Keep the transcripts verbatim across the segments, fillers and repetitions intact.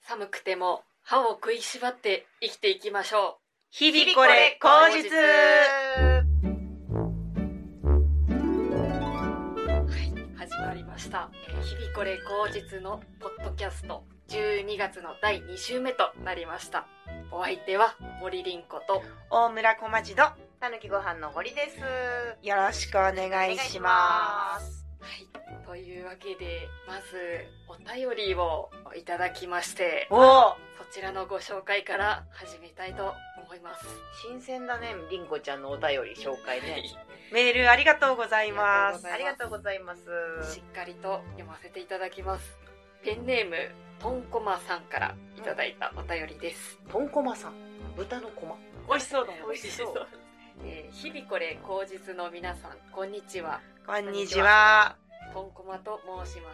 寒くても歯を食いしばって生きていきましょう。 日々これ口実。 はい、始まりました。えー、日々これ口実のポッドキャストじゅうにがつのだいに週目となりました。お相手は森凛子と大村小町戸たぬきご飯の堀です。 よろしくお願いします。 はい、というわけでまずお便りをいただきまして、 おー、 そちらのご紹介から始めたいと思います。 新鮮だね、りんこちゃんのお便り紹介ね。 メールありがとうございます。 ありがとうございます。 しっかりと読ませていただきます。ペンネームとんこまさんからいただいたお便りです。 とんこまさん、豚のこま。 美味しそうだね。 美味しそう。えー、日々これ口実の皆さん、こんにちは。 こんにちは。 とんこまと申します。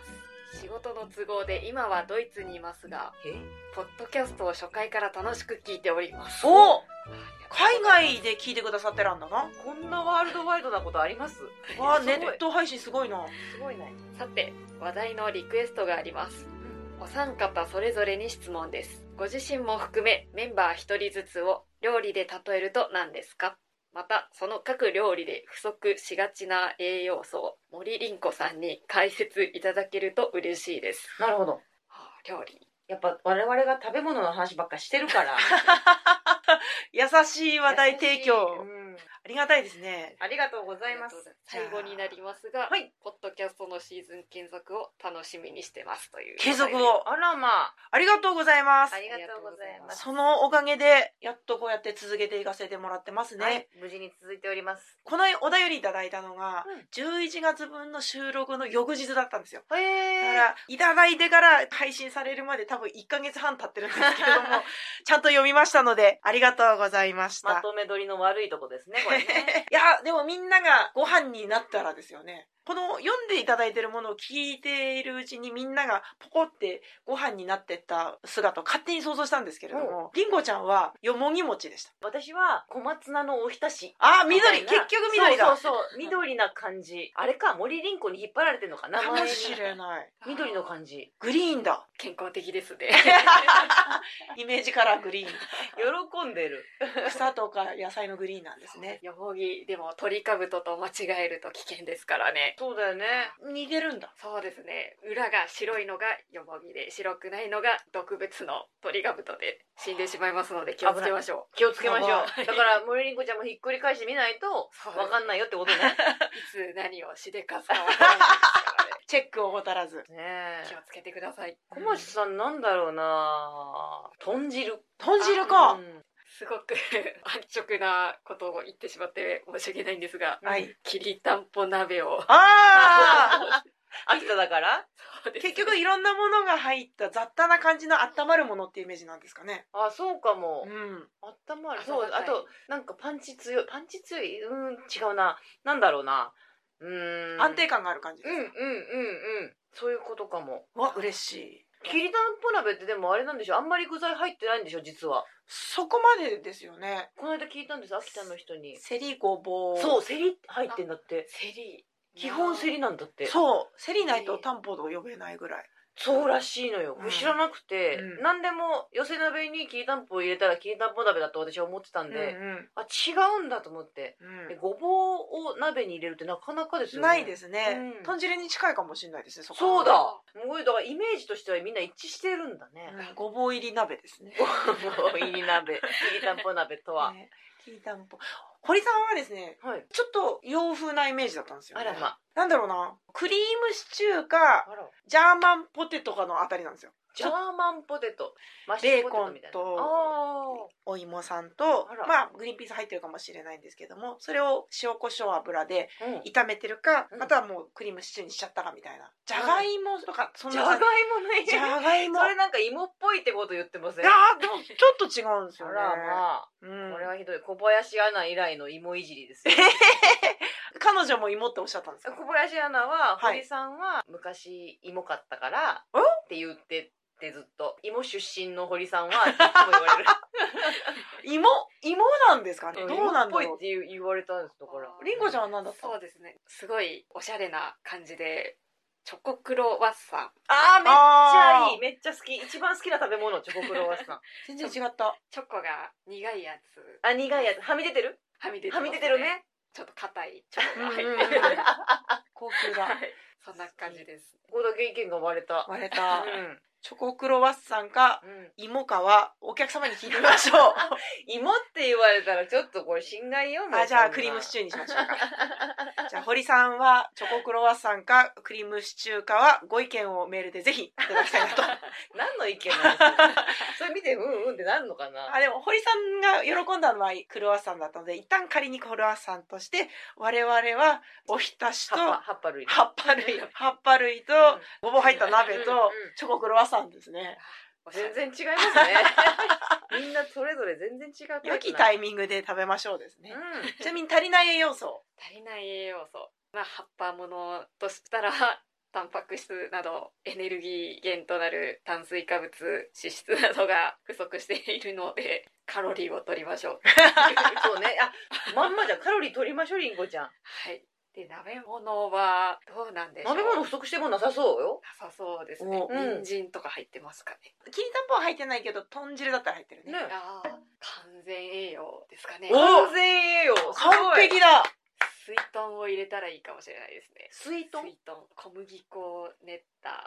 仕事の都合で今はドイツにいますが、 えポッドキャストを初回から楽しく聞いております。 お、海外で聞いてくださってるんだな。 こんなワールドワイドなことあります？ わ、ネット配信すごいな。 すごいね。 さて、話題のリクエストがあります。お三方それぞれに質問です。ご自身も含めメンバー一人ずつを料理で例えると何ですか？また、その各料理で不足しがちな栄養素を森凛子さんに解説いただけると嬉しいです。 なるほど。 はあ、料理。 やっぱ我々が食べ物の話ばっかしてるから。 優しい話題提供。 うん、 ありがたいですね。 ありがとうございます。 最後になりますが、 はい、 ポッドキャストのシーズン継続を楽しみにしてますという。 継続を。 あらまあ。 ありがとうございます。 ありがとうございます。 そのおかげで、やっとこうやって続けていかせてもらってますね。 はい、無事に続いております。 このお便りいただいたのが、 うん、 じゅういちがつぶんの収録の翌日だったんですよ。 へー。 だから、いただいてから配信されるまで多分いっかげつはん経ってるんですけれども、ちゃんと読みましたので、ありがとうございました。 まとめ取りの悪いとこですね、これね。 いや、でもみんながご飯になったらですよね。この読んでいただいているものを聞いているうちにみんながポコってご飯になっていった姿を勝手に想像したんですけれども、りんごちゃんはよもぎ餅でした。 私は小松菜のおひたし。 あ、緑、結局緑だ。 そうそうそう、緑な感じ。あれか、森凛子に引っ張られてるのかな。 かもしれない。 緑の感じ。 グリーンだ。 健康的ですね。 イメージカラーグリーン。 喜んでる。 草とか野菜のグリーンなんですね。 よもぎでもトリカブトと間違えると危険ですからね。 そうだよね。 似てるんだ。 そうですね。裏が白いのがよもぎで、白くないのが毒物のトリカブトで死んでしまいますので気をつけましょう。気をつけましょう。だから森凛子ちゃんもひっくり返してみないと分かんないよってことね。 いつ何をしでかすか分からないですからね。 チェックを怠らず。 ね、 気をつけてください。 小町さんなんだろうな、豚汁。 豚汁か。 うん、 すごく安直なことを言ってしまって申し訳ないんですが、 はい、 きりたんぽ鍋を。 ああ秋田だから結局いろんなものが入った雑多な感じの温まるものっていうイメージなんですかね。 あ、そうかも。 うん。 温まる。そう、あとなんかパンチ強い、パンチ強い、うん、違うな。なんだろうな。うーん。 安定感がある感じです。 うんうんうんうん。そういうことかも。 わ、嬉しい。 きりたんぽ鍋ってでもあれなんでしょ、あんまり具材入ってないんでしょ実は。 そこまでですよね。 この間聞いたんです、秋田の人に。 セリごぼう。 そう、セリ入ってんだって。 セリ。 基本セリなんだって。 そう、セリないとタンポと呼べないぐらい。 そうらしいのよ。うん、知らなくて、うん、何でも寄せ鍋にきりたんぽを入れたらきりたんぽ鍋だと私は思ってたんで、うんうん、あ、違うんだと思って、うん、でごぼうを鍋に入れるってなかなかですよね。 ないですね。うん、豚汁に近いかもしれないですね。 そこそうだ。すごい、だからイメージとしてはみんな一致してるんだね。 うん、ごぼう入り鍋ですね。 ごぼう入り鍋、きりたんぽ鍋とは。 ね、きりたんぽ。堀さんはですね、 はい、 ちょっと洋風なイメージだったんですよね。 あらま。 なんだろうな、クリームシチューかジャーマンポテトかのあたりなんですよ。 ジャーマンポテト、 マッシュポテトみたいな。ベーコンとお芋さんと、まあグリーンピース入ってるかもしれないんですけども、それを塩コショウ油で炒めてるか、うん、あとはもうクリームシチューにしちゃったかみたいな。じゃがいもとか、 そんな。じゃがいもね。 じゃがいも。 それなんか芋っぽいってこと言ってません？ いやー、でもちょっと違うんですよね。 あらまあ、うん、これはひどい。小林アナ以来の芋いじりですよ。 彼女も芋っておっしゃったんですか？ 小林アナは、堀さんは昔芋買ったからって言ってて、ずっと芋出身の堀さんはいつも言われる。 芋芋なんですかね。どうなんだろう。 芋っぽいって言われたんです。だから。 りんごちゃんは何だった？ そうですね。すごいおしゃれな感じでチョコクロワッサン。 あーめっちゃいい、めっちゃ好き。一番好きな食べ物、チョコクロワッサン。 全然違った。 チョコが苦いやつ。 あ、苦いやつ。はみ出てる？ はみ出てはみ出てるね。 ちょっと硬いチョコが入うんうんうんってる。 高級だ。 はい、そんな感じです。 ここだけ意見が割れた。 割れた。 うん。 チョコクロワッサンか、 うん、 芋かはお客様に聞いてみましょう。 芋って言われたらちょっとこれ心外よ。 あ、じゃあクリームシチューにしましょうか。じゃあ堀さんはチョコクロワッサンかクリームシチューかはご意見をメールでぜひいただきたいなと。 何の意見なんですか？それ見てうんうんってなるのかな。 あ、でも堀さんが喜んだのはクロワッサンだったので、一旦仮にクロワッサンとして我々はおひたしと葉っぱ類葉っぱ類葉っぱ類とごぼう入った鍋とチョコクロワッサンですね。 全然違いますね。みんなそれぞれ全然違うタイプな。 良きタイミングで食べましょうですね。 うん、 ちなみに足りない栄養素。 足りない栄養素。まあ葉っぱものとしたらタンパク質などエネルギー源となる炭水化物、脂質などが不足しているのでカロリーを取りましょう。 そうね。あ、まんまじゃカロリー取りましょう、りんごちゃん。 はい。で鍋物はどうなんでしょう。 鍋物不足してもなさそうよ。 なさそうですね。人参とか入ってますかね。 きりたんぽは入ってないけど豚汁だったら入ってるね。 ね、 ああ、完全栄養ですかね。 完全栄養。 完璧だ。 水豚を入れたらいいかもしれないですね。 水豚？ 水豚、小麦粉を練った。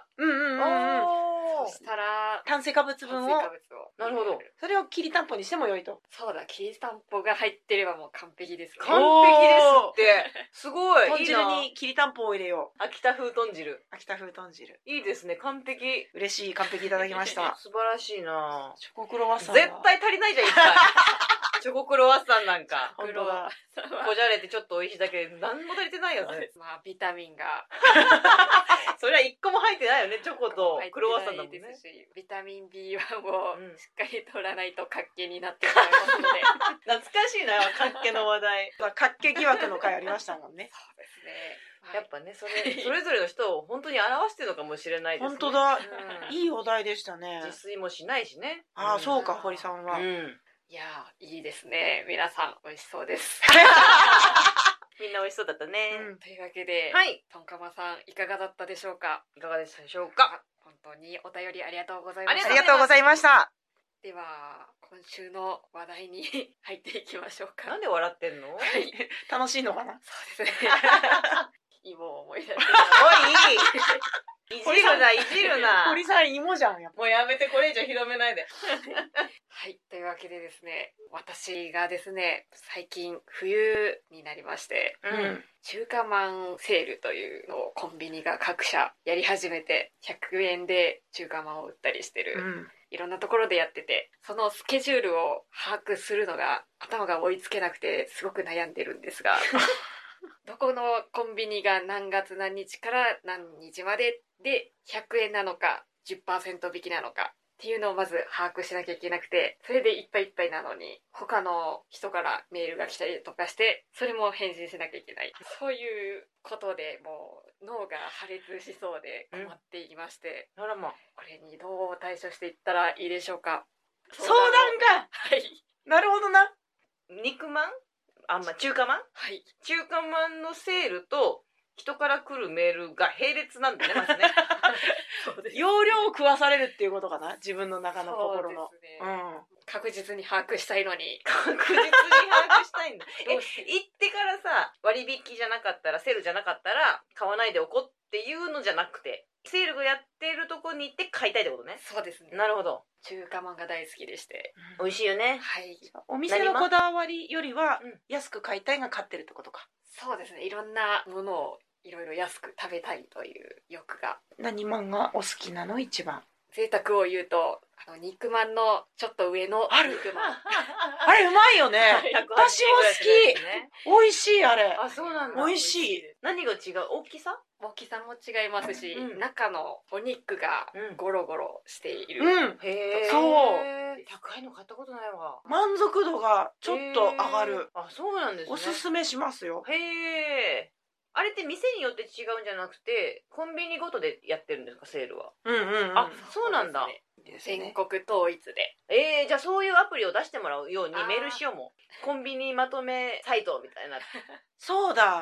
うんうんうんうん。 そしたら炭水化物分を。 炭水化物を。 なるほど。 それをきりたんぽにしても良いと。 そうだ、きりたんぽが入ってればもう完璧ですね。 完璧ですって。すごい。 豚汁にきりたんぽを入れよう。 秋田風豚汁。 秋田風豚汁。 いいですね、完璧。 嬉しい、完璧いただきました。 素晴らしいな。 チョコクロワッサン。 絶対足りないじゃん、いっぱい。チョコクロワッサンなんか。 本当だ。 こじゃれてちょっと美味しいだけで何も足りてないよね。 まあビタミンがそれはいっこも入ってないよね、チョコとクロワッサンだもんね。 ですし、ビタミン ビーワン をうんしっかり取らないと活気になってしまいますので。 懐かしいな、活気の話題。 活気疑惑の回ありましたもんね。 そうですね。 やっぱね、それそれぞれの人を本当に表してるのかもしれないですね。 本当だ。 うん、 いいお題でしたね。 自炊もしないしね。 ああ、そうか、堀さんは。 うん。 いやー、いいですね。皆さん美味しそうです。 みんな美味しそうだったね。 うん、 というわけで、 はい。 とんかまさんいかがだったでしょうか。 いかがでしたでしょうか。 本当にお便りありがとうございました。 ありがとうございました。 では今週の話題に入っていきましょうか。 なんで笑ってんの？ はい、 楽しいのかな。 そうですね。芋を思い出して。 おい。いじるな、いじるな。 堀さん芋じゃん。やっぱもうやめて、これ以上広めないで。 はい、というわけでですね、私がですね、最近冬になりまして、 うん、 中華まんセールというのをコンビニが各社やり始めて、ひゃくえんで中華まんを売ったりしてる、うん、いろんなところでやってて、そのスケジュールを把握するのが頭が追いつけなくてすごく悩んでるんですがどこのコンビニが何月何日から何日まででひゃくえんなのか じゅっパーセント 引きなのかっていうのをまず把握しなきゃいけなくて、それでいっぱいいっぱいなのに他の人からメールが来たりとかしてそれも返信しなきゃいけない、そういうことでもう脳が破裂しそうで困っていまして、 うん、あらま、 これにどう対処していったらいいでしょうか。 相談か。 はい、 なるほどな。 肉まん、あ、まあ、中華まん、 はい、 中華まんのセールと人から来るメールが並列なんだね、まずね。 そうです。容量を食わされるっていうことかな、自分の中の心の。 そうですね、 うん、 確実に把握したいのに。 確実に把握したいんだ。え、行ってからさ、割引じゃなかったら、セールじゃなかったら買わないでおこうっていうのじゃなくて、セールがやってるとこに行って買いたいってことね。 そうですね。 なるほど。 中華まんが大好きでして、 美味しいよね。 はい。 お店のこだわりよりは安く買いたいが勝ってるってことか。 そうですね。いろんなものをいろいろ安く食べたいという欲が。 何まんがお好きなの一番？ 贅沢を言うと、あの肉まんのちょっと上の肉まん。 あれうまいよね。私も好き。美味しいあれ。 あ、そうなんだ。 美味しい。 何が違う？大きさ？ 大きさも違いますし、 うん、 中のお肉がゴロゴロしている。 うん。 へえ。 そう。 高いの買ったことないわ。 満足度がちょっと上がる。 あ、そうなんですね。 おすすめしますよ。 へえ。あれって店によって違うんじゃなくてコンビニごとでやってるんですか、セールは。 うんうんうん。 あ、そうなんだ。 全国統一で。 えー、じゃあそういうアプリを出してもらうようにメールしようも。コンビニまとめサイトみたいな。 そうだ。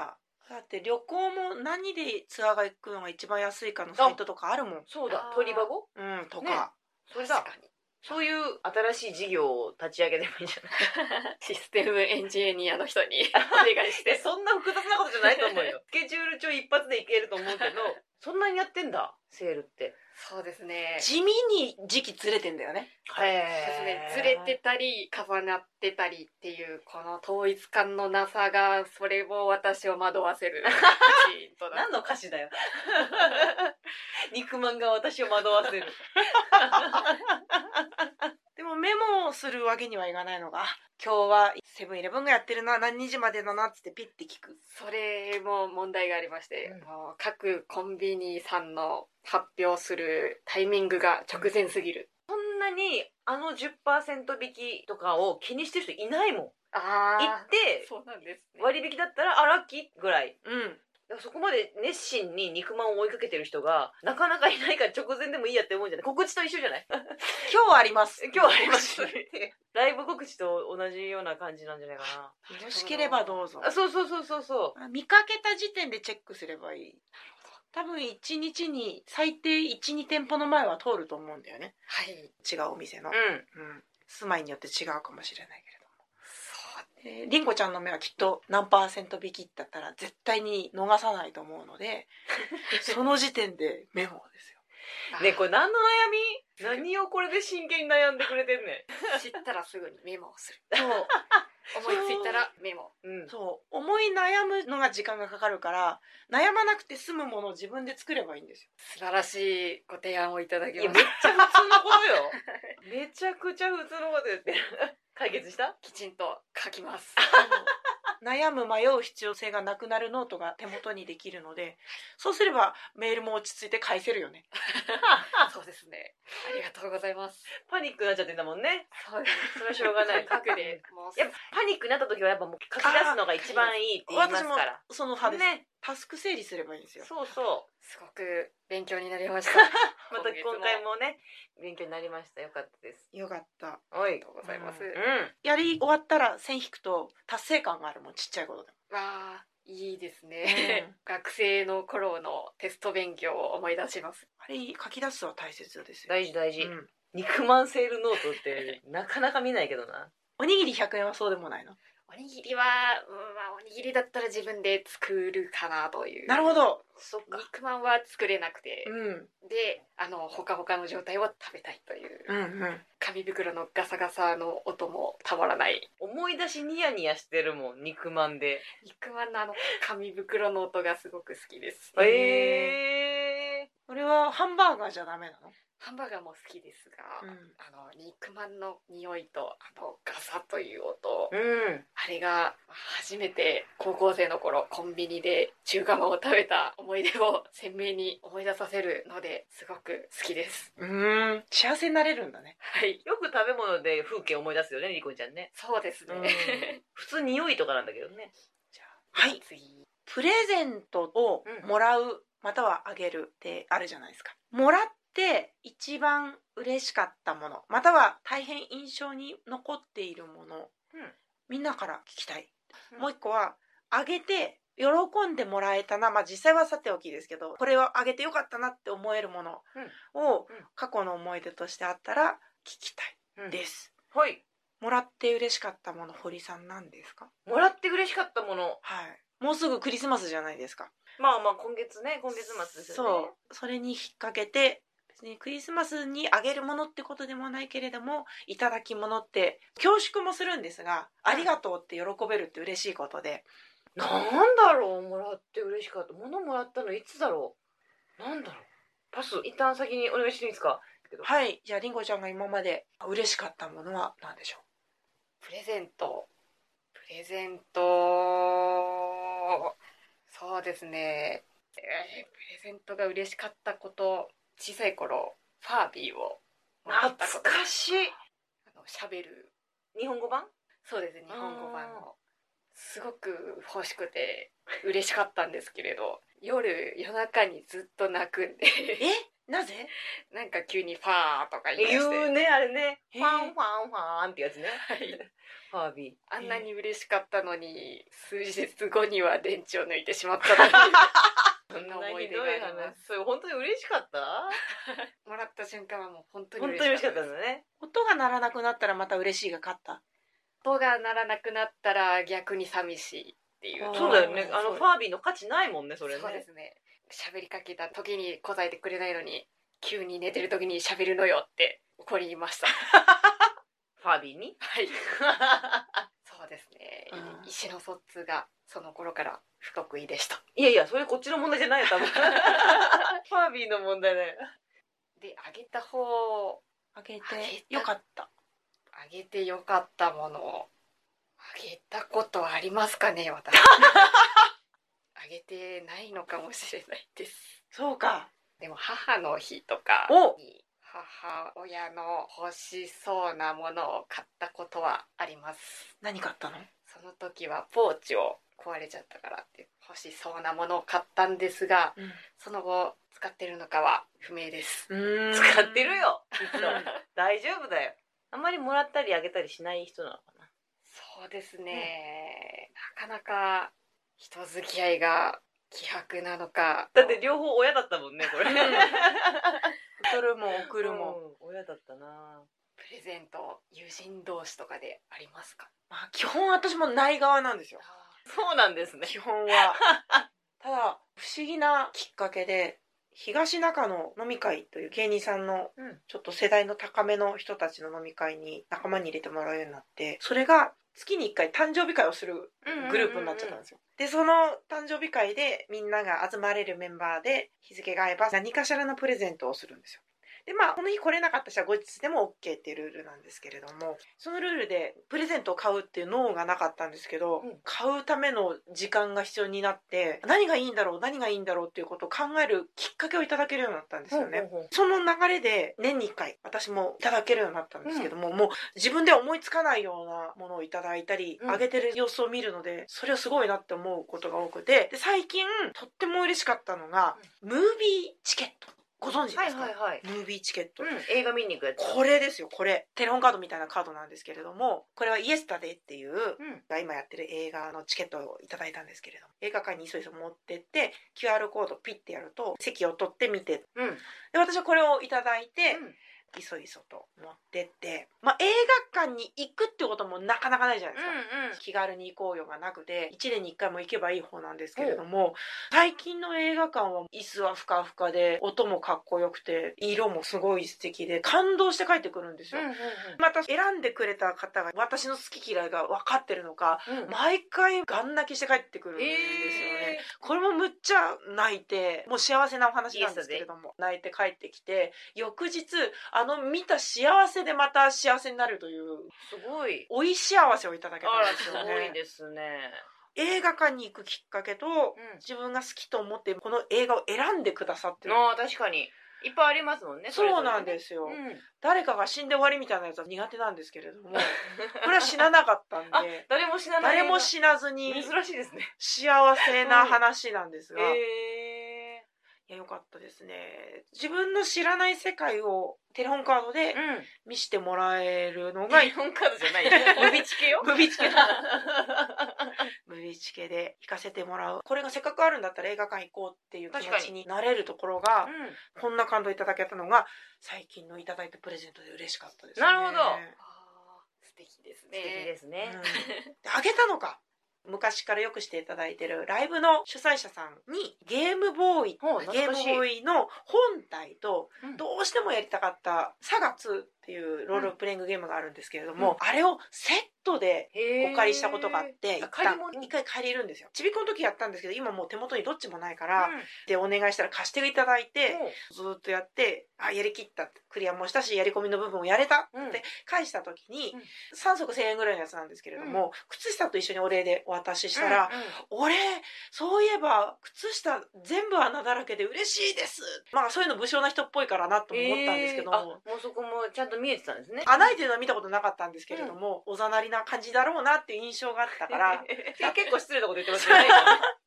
だって旅行も何でツアーが行くのが一番安いかのサイトとかあるもん。 そうだ、鳥箱うんとか、 ね、それだ。 確かにそういう新しい事業を立ち上げればいいんじゃないシステムエンジニアの人にお願いしえてそんな複雑なことじゃないと思うよ。スケジュール帳一発でいけると思うけど、そんなにやってんだ、セールって。 そうですね。 地味に時期ずれてんだよね。 ですね。ずれてたり重なってたりっていうこの統一感のなさが、それを私を惑わせるシーンとな何の歌詞だよ。肉まんが私を惑わせる。 でもメモをするわけにはいかないのが、今日はセブンイレブンがやってるな、何時までだなってピッて聞く。 それも問題がありまして、 うん、 もう各コンビニさんの発表するタイミングが直前すぎる。 そんなにあの じゅっパーセント 引きとかを気にしてる人いないもん。 あ行ってそうなんですね。 割引だったらあラッキーぐらい。 うん。 だからそこまで熱心に肉まんを追いかけてる人がなかなかいないから直前でもいいやって思うんじゃない？告知と一緒じゃない？ 今日はあります。 今日はあります。ライブ告知と同じような感じなんじゃないかな。よろしければどうぞ。 あ、そうそうそうそうそう。 見かけた時点でチェックすればいい。多分いちにちに最低いち、に店舗の前は通ると思うんだよね。 はい。 違うお店の。 うん。 うん。住まいによって違うかもしれないけれども。えー、りんごちゃんの目はきっと何パーセント引きだったら絶対に逃さないと思うのでその時点でメモですよ。 ね、これ何の悩み？何をこれで真剣に悩んでくれてんねん。知ったらすぐにメモをする。 そう思いついたらメモ。 うん、 そう思い悩むのが時間がかかるから悩まなくて済むものを自分で作ればいいんですよ。 素晴らしいご提案をいただきました。 めっちゃ普通のことよ。めちゃくちゃ普通のこと言ってる。解決した？ きちんと書きます。 悩む迷う必要性がなくなるノートが手元にできるので、そうすればメールも落ち着いて返せるよね。 そうですね。ありがとうございます。 パニックになっちゃってんだもんね。 そうです。 それはしょうがない。 書くでもうやっぱパニックになった時はやっぱもう書き出すのが一番いいって言いますから。 私もその派です。 ね。 タスク整理すればいいんですよ。 そうそう。 すごく勉強になりました。 また今回もね勉強になりました。よかったです。 よかった。 ありがとうございます。うん。 やり終わったら線引くと達成感があるもん、ちっちゃいことでも。 わあ、いいですね。うん、学生の頃のテスト勉強を思い出します。 あれ書き出すは大切ですよ。 大事大事。うん、肉まんセールノートってなかなか見ないけどな。 おにぎりひゃくえんはそうでもないの？ おにぎりは、うんまあ、おにぎりだったら自分で作るかなという。 なるほど。 そっか。 肉まんは作れなくて、 うん、 で、あのほかほかの状態を食べたいという。 うんうん、 紙袋のガサガサの音もたまらない。 思い出しニヤニヤしてるもん、肉まんで。 肉まんのあの紙袋の音がすごく好きです。 へえー。 これはハンバーガーじゃダメなの？ ハンバーガーも好きですが、 うん、 あの肉まんの匂いとあのガサという音、 うん、 あれが初めて高校生の頃コンビニで中華まんを食べた思い出を鮮明に思い出させるのですごく好きです。 うーん、幸せになれるんだね。 はい。 よく食べ物で風景思い出すよね、リコちゃんね。 そうですね。 普通匂いとかなんだけどね。 じゃあ、はい。次。プレゼントをもらう、うん、またはあげるってあるじゃないですか。もらって一番嬉しかったもの、または大変印象に残っているもの、うん、みんなから聞きたい、うん、もう一個はあげて喜んでもらえたな、まあ実際はさておきですけど、これをあげてよかったなって思えるものを過去の思い出としてあったら聞きたいです、 うん、はい。 もらって嬉しかったもの、堀さん何ですか？ もらって嬉しかったもの、 はい、もうすぐクリスマスじゃないですか。 まあまあ今月ね、今月末ですよね。 そう、それに引っ掛けて、別にクリスマスにあげるものってことでもないけれども、いただき物って恐縮もするんですが、ありがとうって喜べるって嬉しいことで。 なんだろう、もらって嬉しかった物もらったのいつだろう。なんだろう。パス、一旦先にお願いしていいですか？ はい、じゃありんごちゃんが今まで嬉しかったものは何でしょう？プレゼント、プレゼント。そうですね、えー、プレゼントが嬉しかったこと、小さい頃ファービーをもらったこと。 懐かしい。 あのしゃべる日本語版？ そうです、日本語版の。すごく欲しくて嬉しかったんですけれど、夜夜中にずっと泣くんでえ、なぜ？ なんか急にファーとか言い出して。 言うね、あれね。ファンファンファンってやつね。 はい。 ファービーあんなに嬉しかったのに数日後には電池を抜いてしまったのにそんな思い出があります。 それ本当に嬉しかったもらった瞬間はもう本当に本当に嬉しかったんだね。 音が鳴らなくなったらまた嬉しいが勝った。 音が鳴らなくなったら逆に寂しいっていう。 そうだよね。あのファービーの価値ないもんね、それね。 そうですね。喋りかけた時に答えてくれないのに急に寝てる時に喋るのよって怒りましたファービーに。 はいそうですね、うん、意思の疎通がその頃から不得意でした。 いやいや、それこっちの問題じゃないよ多分ファービーの問題だよ。 で、あげた方あげてよかったあげてよかったものをあげたことありますかね、私あげてないのかもしれないです。 そうか。 でも母の日とかに母親の欲しそうなものを買ったことはあります。 何買ったの？ その時はポーチを壊れちゃったからって欲しそうなものを買ったんですが、うん、その後使ってるのかは不明です。 うーん、使ってるよきっと大丈夫だよ。あんまりもらったりあげたりしない人なのかな。 そうですね、うん、なかなか人付き合いが希薄なのか。 だって両方親だったもんねこれ取るも送るも、 うん、親だったな。 プレゼント友人同士とかでありますか？ まあ、基本私もない側なんですよ。 そうなんですね。 基本はただ不思議なきっかけで東中野飲み会という芸人さんのちょっと世代の高めの人たちの飲み会に仲間に入れてもらうようになって、それが月にいっかい誕生日会をするグループになっちゃったんですよ。で、その誕生日会でみんなが集まれるメンバーで日付が合えば何かしらのプレゼントをするんですよ。で、まあ、この日来れなかった人は後日でも OK っていうルールなんですけれども、そのルールでプレゼントを買うっていう脳がなかったんですけど、うん、買うための時間が必要になって、何がいいんだろう、何がいいんだろうっていうことを考えるきっかけをいただけるようになったんですよね。ほうほうほう。その流れで年にいっかい私もいただけるようになったんですけども、うん、もう自分で思いつかないようなものをいただいたり、うん、あげてる様子を見るので、それはすごいなって思うことが多くて、で最近とっても嬉しかったのが、うん、ムービーチケット。ご存知ですか？ はいはいはい、 ムービーチケット、 うん、映画見に行くやつ。 これですよ、これテレホンカードみたいなカードなんですけれども、これはイエスタデイっていう、うん、今やってる映画のチケットをいただいたんですけれども、映画館に急いで持ってって キューアール コードピッてやると席を取って見て、うん、で私はこれをいただいて、うん、いそいそと持ってって、まあ、映画館に行くってこともなかなかないじゃないですか、うんうん、気軽に行こうよがなくていちねんにいっかいも行けばいい方なんですけれども、最近の映画館は椅子はふかふかで音もかっこよくて色もすごい素敵で感動して帰ってくるんですよ、うんうんうん、また選んでくれた方が私の好き嫌いが分かってるのか、うん、毎回ガン泣きして帰ってくるんですよね、えー、これもむっちゃ泣いて、もう幸せなお話なんですけれども、泣いて帰ってきて翌日あの見た幸せでまた幸せになるという、 すごいおい幸せをいただけたんですよね。 あら、すごいですね。 映画館に行くきっかけと、うん、自分が好きと思ってこの映画を選んでくださってる。 ああ、確かにいっぱいありますもんね。 それぞれね。そうなんですよ、うん、誰かが死んで終わりみたいなやつは苦手なんですけれどもこれは死ななかったんで誰も死なない、 誰も死なずに珍しいですね。 幸せな話なんですが、 うん、えー、いやよかったですね。自分の知らない世界をテレホンカードで見せてもらえるのが、 うん、テレホンカードじゃないムビチケよ。 ムビチケムビチケで行かせてもらう。これがせっかくあるんだったら映画館行こうっていう気持ちになれるところが、うん、こんな感動いただけたのが最近のいただいたプレゼントで嬉しかったですね。 なるほど。 あ、素敵ですね。 素敵ですね、 うん、であげたのか、昔からよくしていただいてるライブの主催者さんにゲームボーイゲームボーイの本体とどうしてもやりたかったサガツーっていうロールプレイングゲームがあるんですけれども、うん、あれをセットでお借りしたことがあって、一旦一回借りるんですよ。ちびっこの時やったんですけど今もう手元にどっちもないから、うん、でお願いしたら貸していただいて、うん、ずっとやって、あ、やりきった、クリアもしたしやり込みの部分をやれたって返した時に、うん、さんそくせんえんぐらいのやつなんですけれども、うん、靴下と一緒にお礼でお渡ししたら、うんうん、俺そういえば靴下全部穴だらけで嬉しいです、まあそういうの武将な人っぽいからなと思ったんですけども、 えー、もうそこもちゃんと見えてたんですね。 穴開いてるのは見たことなかったんですけれども、うん、おざなりな感じだろうなっていう印象があったから結構失礼なこと言ってますよね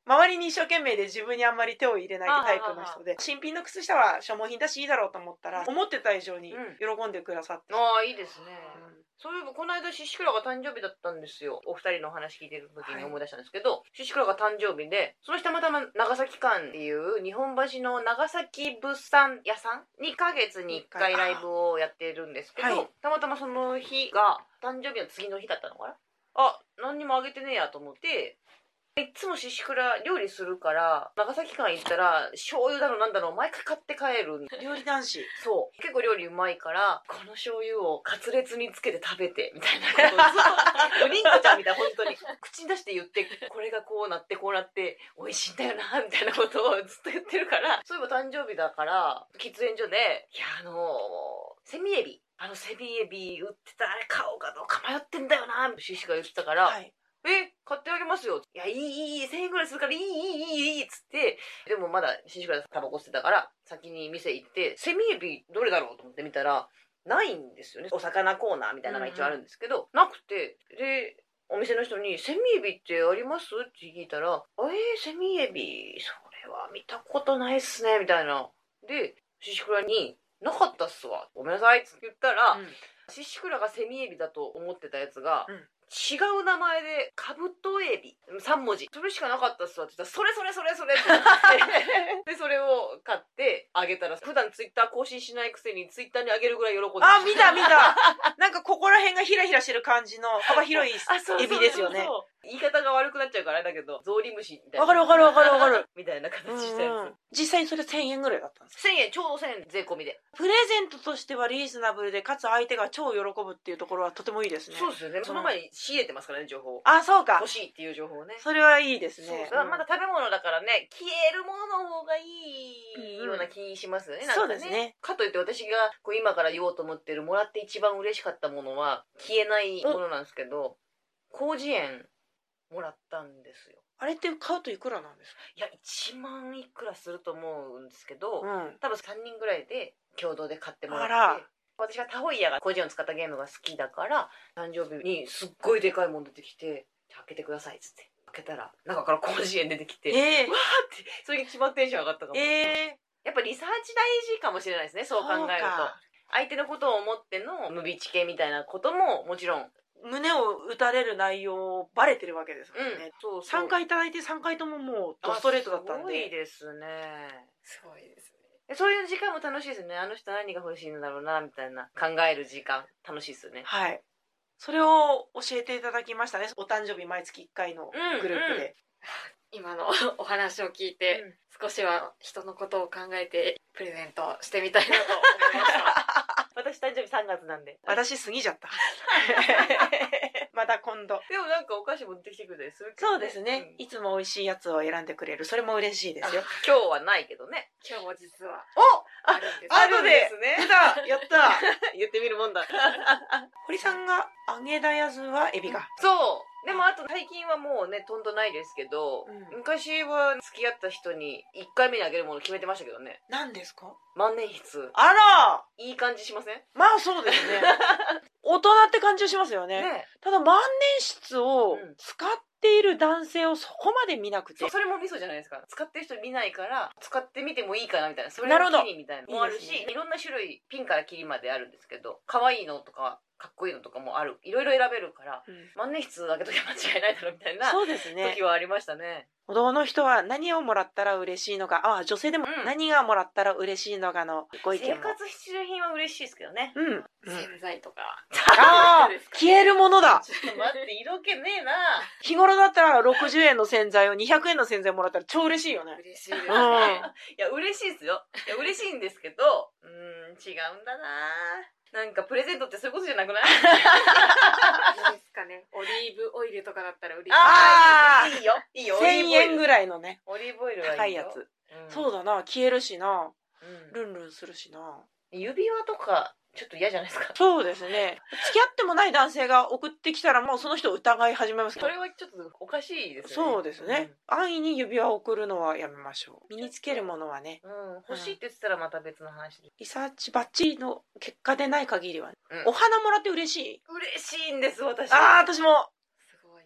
周りに一生懸命で自分にあんまり手を入れないタイプの人で、新品の靴下は消耗品だしいいだろうと思ったら、思ってた以上に喜んでくださって、 うん、ああいいですね、うん、そういえばこの間シシクラが誕生日だったんですよ。お二人のお話聞いてる時に思い出したんですけど、はい、シシクラが誕生日で、その日たまたま長崎館っていう日本橋の長崎物産屋さんにかげつにいっかいライブをやってるんですけど、はい、たまたまその日が誕生日の次の日だったのかな。あ、何にもあげてねえやと思って、いつもシシクラ料理するから長崎館行ったら醤油だのなんだの毎回買って帰る。 料理男子。 そう結構料理うまいから、この醤油をカツレツにつけて食べてみたいなことをずっとりんこちゃんみたいな、本当に口に出して言って、これがこうなってこうなって美味しいんだよなみたいなことをずっと言ってるから、そういえば誕生日だから喫煙所で、いやあのセミエビあのセミエビ売ってたあれ買おうかどうか迷ってんだよなシシが言ってたから、はい、え、買ってあげますよ。いや、いい、いい、せんえんぐらいするから、いい、いい、いい、いい、つって。でもまだ、シシクラタバコ吸ってたから、先に店行って、セミエビどれだろうと思って見たら、ないんですよね。お魚コーナーみたいなのが一応あるんですけど、うんうん、なくて、で、お店の人に、セミエビってありますって聞いたら、えー、セミエビ、それは見たことないっすね、みたいな。で、シシクラに、なかったっすわ。ごめんなさいって言ったら、うん、シシクラがセミエビだと思ってたやつが、うん、違う名前でカブトエビさんもじ、それしかなかったっすわって言ったら、それそれそれそれって言ってでそれを買ってあげたら、普段ツイッター更新しないくせにツイッターにあげるぐらい喜んでました。 あ、見た見たなんかここら辺がヒラヒラしてる感じの幅広いエビですよね。 言い方が悪くなっちゃうからあれだけど、ゾウリムシみたいな。 わかるわかるわかるわかるみたいな形したやつ、うんうん、 実際にそれせんえんぐらいだったんですか？ せんえん、ちょうどせんえん税込みで。 プレゼントとしてはリーズナブルで、かつ相手が超喜ぶっていうところはとてもいいですね。 そうですよね、うん、その前に仕入れてますからね、情報。 あ、そうか、 欲しいっていう情報をね。 それはいいですね。 そう、まだ食べ物だからね、消えるものの方がいいような気しますよね、うん、なんかね。そうですね。かといって私がこう今から言おうと思ってるもらって一番嬉しかったものは消えないものなんですけど、広辞苑もらったんですよ。 あれって買うといくらなんですか？ いや、いちまんいくらすると思うんですけど、うん、多分さんにんぐらいで共同で買ってもらって、あら、私はタホイヤが広辞苑を使ったゲームが好きだから、誕生日にすっごいでかいもん出てきて、開けてくださいっつって開けたら中から広辞苑出てきて、えー、わーってそれに一番テンション上がったかも。えー、やっぱリサーチ大事かもしれないですね、そう考えると。相手のことを思ってのムビチ系みたいなことももちろん、 胸を打たれる内容バレてるわけですもんね、うん、そうそう、さんかいいただいてさんかいとももうドストレートだったんで。 すごいですね。 すごいですね。 そういう時間も楽しいですね。あの人何が欲しいんだろうなみたいな考える時間楽しいですよね。 はい、それを教えていただきましたね、お誕生日毎月いっかいのグループで、うんうん、 今のお話を聞いて、うん、少しは人のことを考えてプレゼントしてみたいなと思いました私誕生日さんがつなんで。 私過ぎちゃったまた今度。 でもなんかお菓子持ってきてくれたりするけど、ね、そうですね、うん、いつも美味しいやつを選んでくれる、それも嬉しいですよ。 今日はないけどね。 今日も実はおあるんです。 あるんですね。出た、やった言ってみるもんだ堀さんが揚げだやずはエビが、 そうでもあと最近はもうねとんとないですけど、うん、昔は付き合った人にいっかいめにあげるもの決めてましたけどね。 何ですか？ 万年筆。 あら、 いい感じしません？ まあそうですね大人って感じしますよ ね, ね。ただ万年筆を使っている男性をそこまで見なくて、 うん、そ, それもミソじゃないですか。使ってる人見ないから使ってみてもいいかなみたいな、それを機にみたいなのもあるし、 い, い, ね、いろんな種類ピンからキリまであるんですけど、可愛いのとかかっこいいのとかもある、いろいろ選べるから、うん、万年筆あげときゃ間違いないだろうみたいな、そうですね、時はありましたね。 男の人は何をもらったら嬉しいのか、ああ女性でも何がもらったら嬉しいのかのご意見も、 生活必需品は嬉しいですけどね。 うん、うん、 洗剤とかああ消えるものだ。 ちょっと待って、色気ねえな。 日頃だったらろくじゅうえんの洗剤をにひゃくえんの洗剤もらったら超嬉しいよね。 嬉しいですね、 うん、いや嬉しいですよ。いや嬉しいんですけど、うーん違うんだな。なんかプレゼントってそういうことじゃなくない？いいですかね。オリーブオイルとかだったら嬉しい。 ああいいよいいよ。 せんえんぐらいのね、 オリーブオイルはいいよ、 高いやつ、うん、そうだな、消えるしな、うん、ルンルンするしな。 指輪とかちょっと嫌じゃないですか。 そうですね。付き合ってもない男性が送ってきたらもうその人を疑い始めますけど、 それはちょっとおかしいですよね。そうですね、うん、安易に指輪を送るのはやめましょう。身につけるものはね、 うん、欲しいって言ってたらまた別の話で、うん、 リサーチバッチリの結果でない限りは、ね、うん、お花もらって嬉しい？ 嬉しいんです私。 ああ私もすごい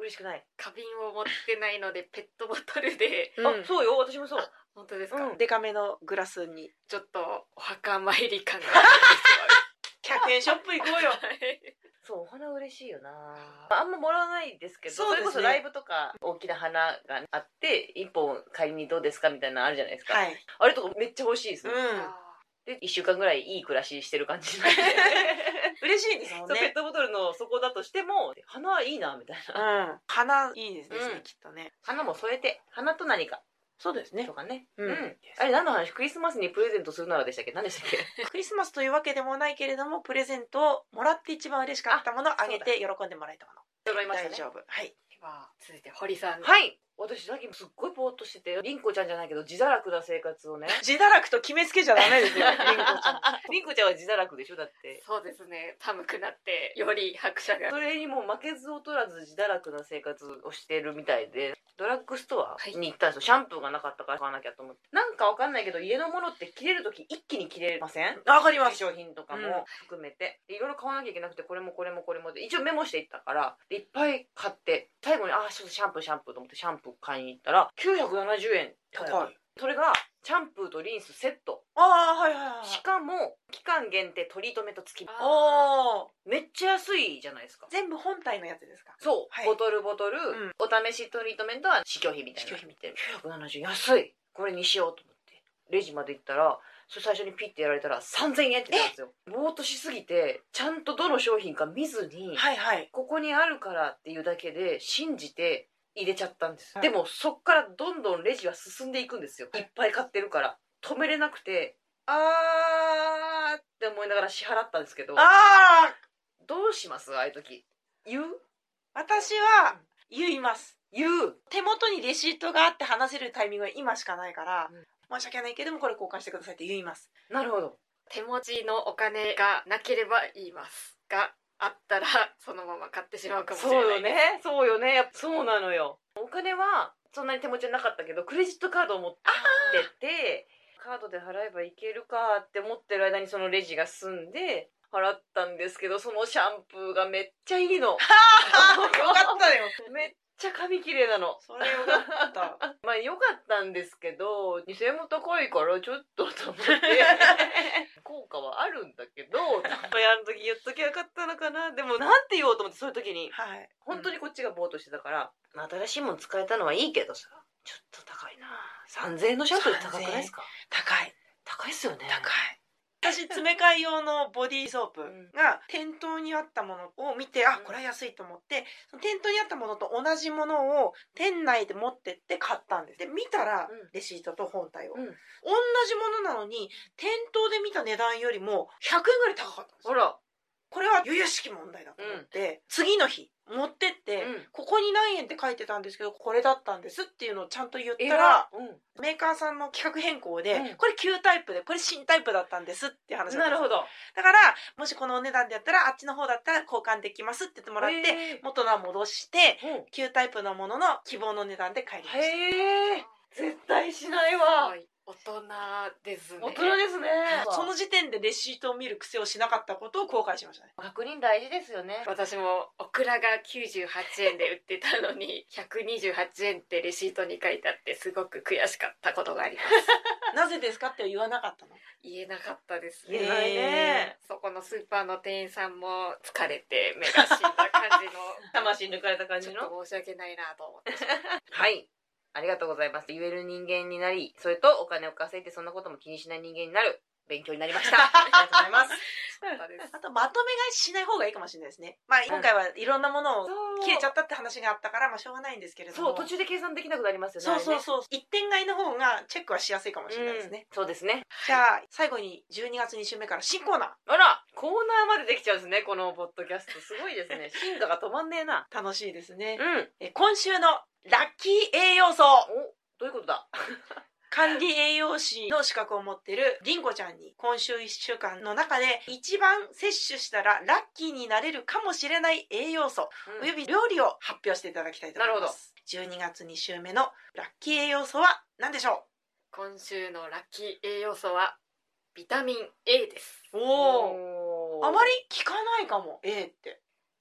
嬉しくない。 花瓶を持ってないのでペットボトルで、 うん、あ、そうよ、私もそう。 本当ですか、 うん、デカめのグラスにちょっとお墓参り感がひゃくえんショップ行こうよそう、お花嬉しいよな。あんまもらわないですけど、そ,、 そうですね、 それこそライブとか大きな花があって一本仮にどうですかみたいなのあるじゃないですか、 はい、 あれとかめっちゃ欲しいですね、 うん、 でいっしゅうかんぐらいいい暮らししてる感じ嬉しいですもんね。 そう、ペットボトルの底だとしても花はいいなみたいな、 うん、花いいですね、うん、きっとね。 花も添えて、花と何かそうですねとかね、 うん、うん、 あれ何の話、クリスマスにプレゼントするならでしたっけ、何でしたっけクリスマスというわけでもないけれども、プレゼントをもらって一番嬉しかったものをあげて喜んでもらえたもの、 揃いましたね、 大丈夫。はい、 では続いて堀さん。 はい、私さっきすっごいぼーっとしてて、りんこちゃんじゃないけど自堕落な生活をね自堕落と決めつけちゃダメですよりんこちゃんりんこちゃんは自堕落でしょ、だって。 そうですね、寒くなってより拍車が、 それにも負けず劣らず自堕落な生活をしてるみたいで、ドラッグストアに行ったんですよ、シャンプーがなかったから買わなきゃと思って。なんかわかんないけど家のものって切れる時一気に切れません？ わかります。 化粧品とかも含めて、いろいろ買わなきゃいけなくて、これもこれもこれもで一応メモしていったからいっぱい買って、最後にああちょっとシャンプーシャンプーと思ってシャンプー買いに行ったらきゅうひゃくななじゅうえん。 高い。 それがシャンプーとリンスセット。 ああ、はいはいはい。 しかも期間限定トリートメント付き。 おー、 めっちゃ安いじゃないですか。 全部本体のやつですか？ そう、 はい、 ボトルボトル、 うん、 お試しトリートメントは試供費みたいな。試供費見てきゅうひゃくななじゅうえん安い、これにしようと思ってレジまで行ったら、それ最初にピッてやられたらさんぜんえんって言ったんですよ。ぼーっとしすぎてちゃんとどの商品か見ずに、 はいはい、 ここにあるからっていうだけで信じて入れちゃったんです、はい、でもそっからどんどんレジは進んでいくんですよ、いっぱい買ってるから止めれなくて、あーって思いながら支払ったんですけど、 あーどうします？ああいう時言う？ 私は言います。 言う。 手元にレシートがあって話せるタイミングは今しかないから、うん、申し訳ないけどもこれ交換してくださいって言います。 なるほど。 手持ちのお金がなければ言いますが、あったらそのまま買ってしまうかもしれない。 そうよね、そうよね、やっぱそうなのよ。お金はそんなに手持ちはなかったけどクレジットカードを持ってて、カードで払えばいけるかって思ってる間にそのレジが済んで払ったんですけど、そのシャンプーがめっちゃいいのよかったよめっちゃ髪綺麗なの。 それよかったまあよかったんですけど、にせんえんも高いからちょっとと思って効果はあるんだけどやる時言っときゃよかったのかな。でもなんて言おうと思って、そういう時に、はい、本当にこっちがぼーっとしてたから、うん、新しいもの使えたのはいいけどさ、ちょっと高いな。さんぜんえんのシャンプーって高くないですか？高い高いっすよね。高い。 私詰め替え用のボディーソープが店頭にあったものを見て、あ、これは安いと思ってその店頭にあったものと同じものを店内で持ってって買ったんです。で見たら、うん、レシートと本体を、うん、同じものなのに店頭で見た値段よりもひゃくえんぐらい高かったんですよ。 ほら、これは由々しき問題だと思って、うん、次の日持ってって、うん、ここに何円って書いてたんですけどこれだったんですっていうのをちゃんと言ったら、うん、メーカーさんの企画変更で、うん、これ旧タイプでこれ新タイプだったんですっていう話だったんです。 なるほど。 だからもしこのお値段でやったらあっちの方だったら交換できますって言ってもらって、元のは戻して、うん、旧タイプのものの希望の値段で買いました。 へー、絶対しないわ、はい、 大人ですね。 大人ですね。 その時点でレシートを見る癖をしなかったことを後悔しましたね。 確認大事ですよね。 私もオクラがきゅうじゅうはちえんで売ってたのにひゃくにじゅうはちえんってレシートに書いてあってすごく悔しかったことがありますなぜですかって言わなかったの？ 言えなかったですね。言えないね。 そこのスーパーの店員さんも疲れて目が死んだ感じの魂抜かれた感じの、 ちょっと申し訳ないなと思ってはい、ありがとうございます。言える人間になり、それとお金を稼いでそんなことも気にしない人間になる勉強になりました。ありがとうございます。 あとまとめ買いしない方がいいかもしれないですね。まあ今回はいろんなものを切れちゃったって話があったからまあしょうがないんですけれども、 そう途中で計算できなくなりますよね。 そうそうそう、一点買いの方がチェックはしやすいかもしれないですね。 うん、そうですね。 じゃあ最後にじゅうにがつに週目から新コーナー。 あら、コーナーまでできちゃうんですね、このポッドキャスト。すごいですね。進化が止まんねえな。 楽しいですね。 うん。 え今週のラッキー栄養素。 お、どういうことだ管理栄養士の資格を持っているりんごちゃんに今週いっしゅうかんの中で一番摂取したらラッキーになれるかもしれない栄養素、うん、および料理を発表していただきたいと思います。なるほど。じゅうにがつに週目のラッキー栄養素は何でしょう？ 今週のラッキー栄養素はビタミン A です。 おお、あまり聞かないかも A って。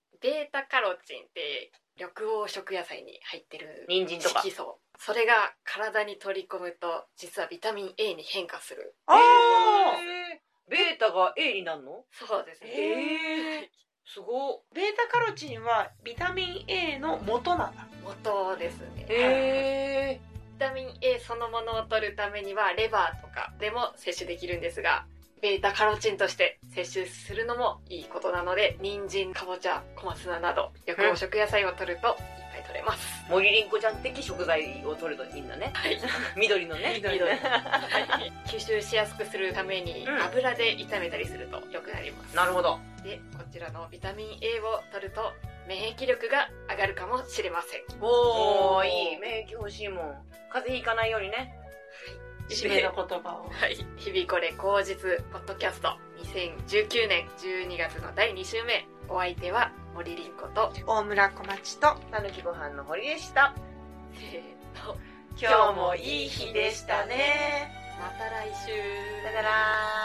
ベータカロチンって緑黄色野菜に入ってる人参とか色素、それが体に取り込むと実はビタミン A に変化する。 ああ、 ベータが A になるの？ そうですね。 えー、すご。 ベータカロチンはビタミン A の元なんだ。 元ですね。 へー。 ビタミン A そのものを取るためにはレバーとかでも摂取できるんですが、ベータカロチンとして摂取するのもいいことなので、人参、かぼちゃ、小松菜など緑黄色野菜を取るといっぱい取れます。 森林子ちゃん的食材を取るといいんだね。 はい。 緑のね。 緑。はい。吸収しやすくするためにうん油で炒めたりすると良くなります。 なるほど。 で、こちらのビタミン A を取ると免疫力が上がるかもしれません。 おー、いい。免疫欲しいもん。風邪ひかないようにね。 締めの言葉を。 はい。日々これ口実ポッドキャストにせんじゅうきゅうねんじゅうにがつのだいに週目。お相手は森凛子と大村小町と、 たぬきご飯の堀でした。 せーの。 今日もいい日でしたね。 また来週。 さよなら。